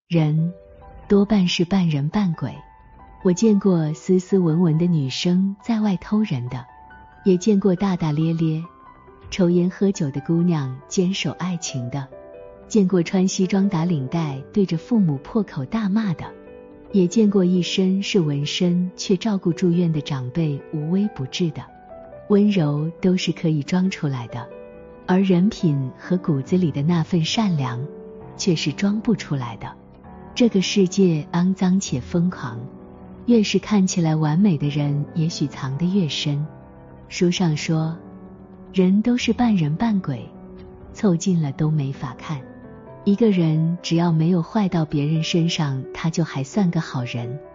人多半是半人半鬼。我见过斯斯文文的女生在外偷人的，也见过大大咧咧抽烟喝酒的姑娘坚守爱情的，见过穿西装打领带对着父母破口大骂的，也见过一身是纹身却照顾住院的长辈无微不至的。温柔都是可以装出来的，而人品和骨子里的那份善良却是装不出来的。这个世界肮脏且疯狂，越是看起来完美的人，也许藏得越深。书上说，人都是半人半鬼，凑近了都没法看。一个人只要没有坏到别人身上，他就还算个好人。